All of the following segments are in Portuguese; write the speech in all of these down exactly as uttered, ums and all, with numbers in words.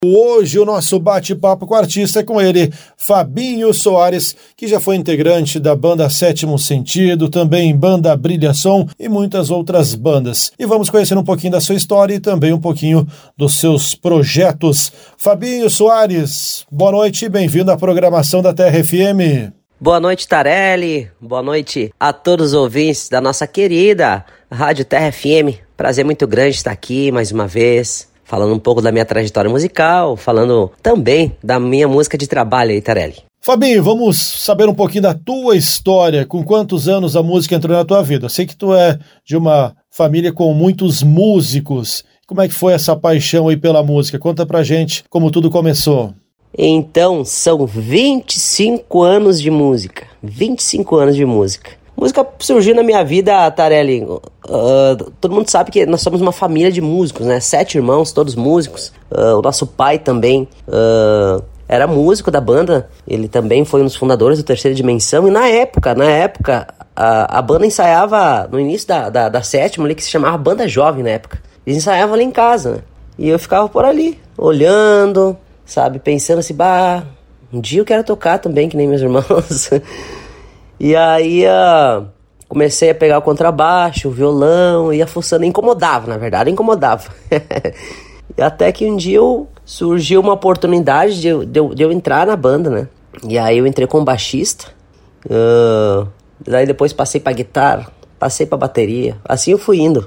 Hoje o nosso bate-papo com o artista é com ele, Fabinho Soares, que já foi integrante da banda Sétimo Sentido, também banda Brilha Som e muitas outras bandas. E vamos conhecer um pouquinho da sua história e também um pouquinho dos seus projetos. Fabinho Soares, boa noite e bem-vindo à programação da Terra F M. Boa noite, Tarelli. Boa noite a todos os ouvintes da nossa querida Rádio Terra F M. Prazer muito grande estar aqui mais uma vez, falando um pouco da minha trajetória musical, falando também da minha música de trabalho aí, Tarelli. Fabinho, vamos saber um pouquinho da tua história. Com quantos anos a música entrou na tua vida? Eu sei que tu é de uma família com muitos músicos. Como é que foi essa paixão aí pela música? Conta pra gente como tudo começou. Então, são vinte e cinco anos de música. vinte e cinco anos de música. Música surgiu na minha vida, Tarelli. Uh, todo mundo sabe que nós somos uma família de músicos, né? Sete irmãos, todos músicos. Uh, o nosso pai também uh, era músico da banda. Ele também foi um dos fundadores do Terceira Dimensão. E na época, na época, a, a banda ensaiava no início da, da, da Sétima, ali, que se chamava Banda Jovem na época. Eles ensaiavam ali em casa, né? E eu ficava por ali, olhando, sabe? Pensando assim, bah, um dia eu quero tocar também, que nem meus irmãos. E aí uh, comecei a pegar o contrabaixo, o violão, ia fuçando, incomodava, na verdade, incomodava. E até que um dia eu, surgiu uma oportunidade de eu, de, eu, de eu entrar na banda, né? E aí eu entrei como baixista, uh, daí depois passei pra guitarra, passei pra bateria, assim eu fui indo.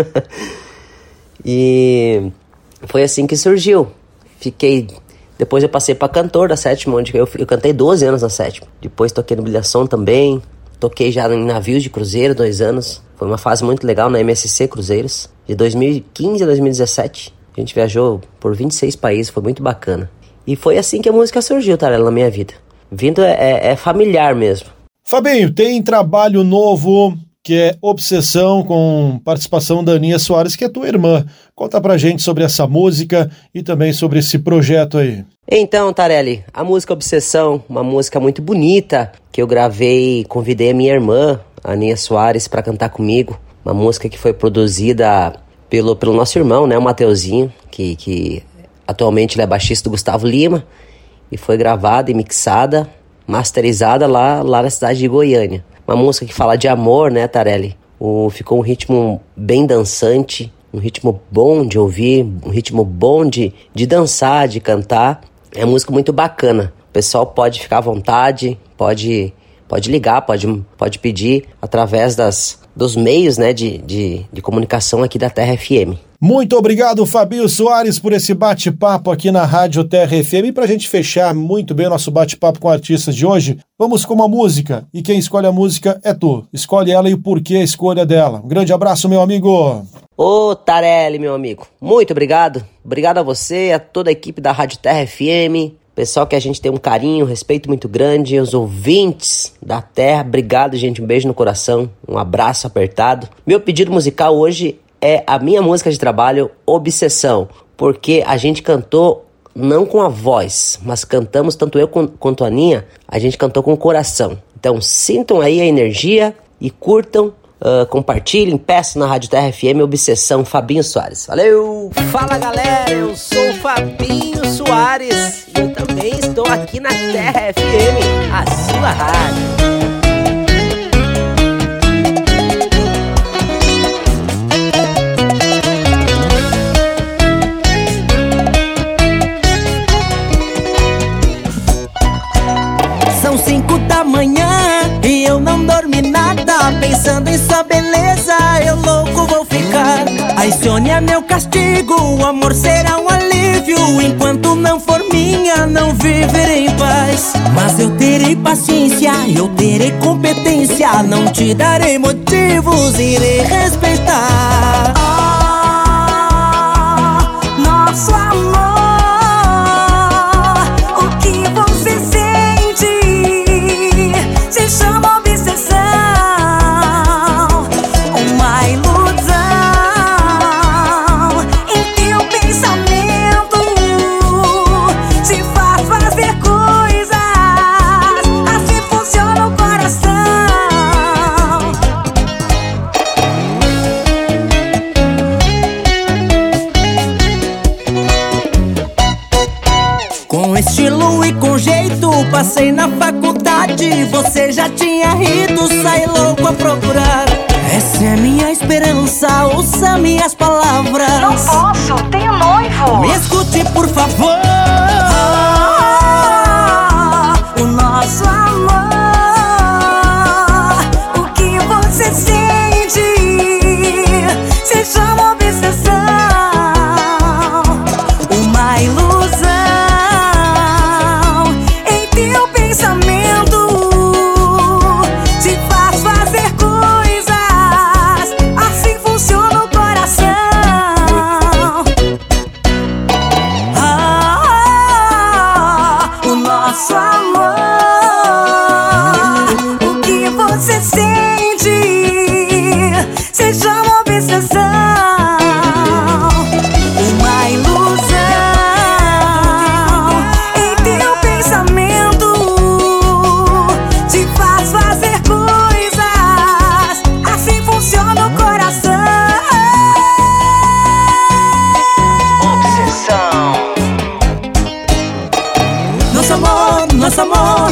E foi assim que surgiu. Fiquei... Depois eu passei pra cantor da Sétima, onde eu, eu cantei doze anos na Sétima. Depois toquei no Brilha Som também. Toquei já em navios de cruzeiro, dois anos. Foi uma fase muito legal na M S C Cruzeiros. De dois mil e quinze a dois mil e dezessete. A gente viajou por vinte e seis países, foi muito bacana. E foi assim que a música surgiu, Tarela, na minha vida. Vindo é, é familiar mesmo. Fabinho, tem trabalho novo que é Obsessão, com participação da Aninha Soares, que é tua irmã. Conta pra gente sobre essa música e também sobre esse projeto aí. Então, Tarelli, a música Obsessão, uma música muito bonita, que eu gravei, convidei a minha irmã, a Aninha Soares, para cantar comigo. Uma música que foi produzida pelo, pelo nosso irmão, né, o Mateuzinho, que, que atualmente ele é baixista do Gustavo Lima, e foi gravada e mixada, masterizada lá, lá na cidade de Goiânia. Uma música que fala de amor, né, Tarelli? O, ficou um ritmo bem dançante, um ritmo bom de ouvir, um ritmo bom de, de dançar, de cantar. É uma música muito bacana. O pessoal pode ficar à vontade, pode, pode ligar, pode, pode pedir através das, dos meios, né, de, de, de comunicação aqui da Terra F M. Muito obrigado, Fabinho Soares, por esse bate-papo aqui na Rádio Terra F M. E pra gente fechar muito bem o nosso bate-papo com artistas de hoje, vamos com uma música. E quem escolhe a música é tu. Escolhe ela e o porquê a escolha dela. Um grande abraço, meu amigo. Ô, Tarelli, meu amigo. Muito obrigado. Obrigado a você, a toda a equipe da Rádio Terra F M. Pessoal que a gente tem um carinho, um respeito muito grande. Os ouvintes da Terra, obrigado, gente. Um beijo no coração. Um abraço apertado. Meu pedido musical hoje é a minha música de trabalho, Obsessão, porque a gente cantou não com a voz, mas cantamos, tanto eu quanto a Aninha, a gente cantou com o coração. Então sintam aí a energia e curtam, uh, compartilhem, peçam na Rádio Terra F M, Obsessão, Fabinho Soares. Valeu! Fala, galera, eu sou o Fabinho Soares e eu também estou aqui na Terra F M, a sua rádio. Cinco da manhã e eu não dormi nada, pensando em sua beleza, eu louco vou ficar. A insônia é meu castigo, o amor será um alívio. Enquanto não for minha, não viverei em paz. Mas eu terei paciência, eu terei competência, não te darei motivos, irei respeitar. Ah, nosso amor. Se chama obsessão, uma ilusão em teu pensamento te faz fazer coisas, assim funciona o coração. estilo e com jeito, passei na faculdade, você já tinha rido, saí louco a procurar. Essa é minha esperança, ouça minhas palavras. Não posso, tenho noivo. Me escute, por favor. O nosso amor, o que você sente, se chama obsessão. Uma ilusão em teu pensamento te faz fazer coisas, assim funciona o coração. Ah, o nosso amor, o que você sente, se chama obsessão. Uma ilusão em teu pensamento te faz fazer coisas, assim funciona o coração. Obsessão. Nosso amor, nosso amor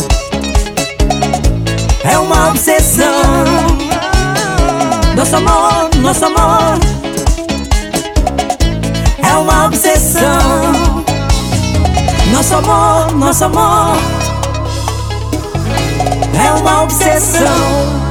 é uma obsessão. Nosso amor, nosso amor é uma obsessão. Nosso amor, nosso amor é uma obsessão.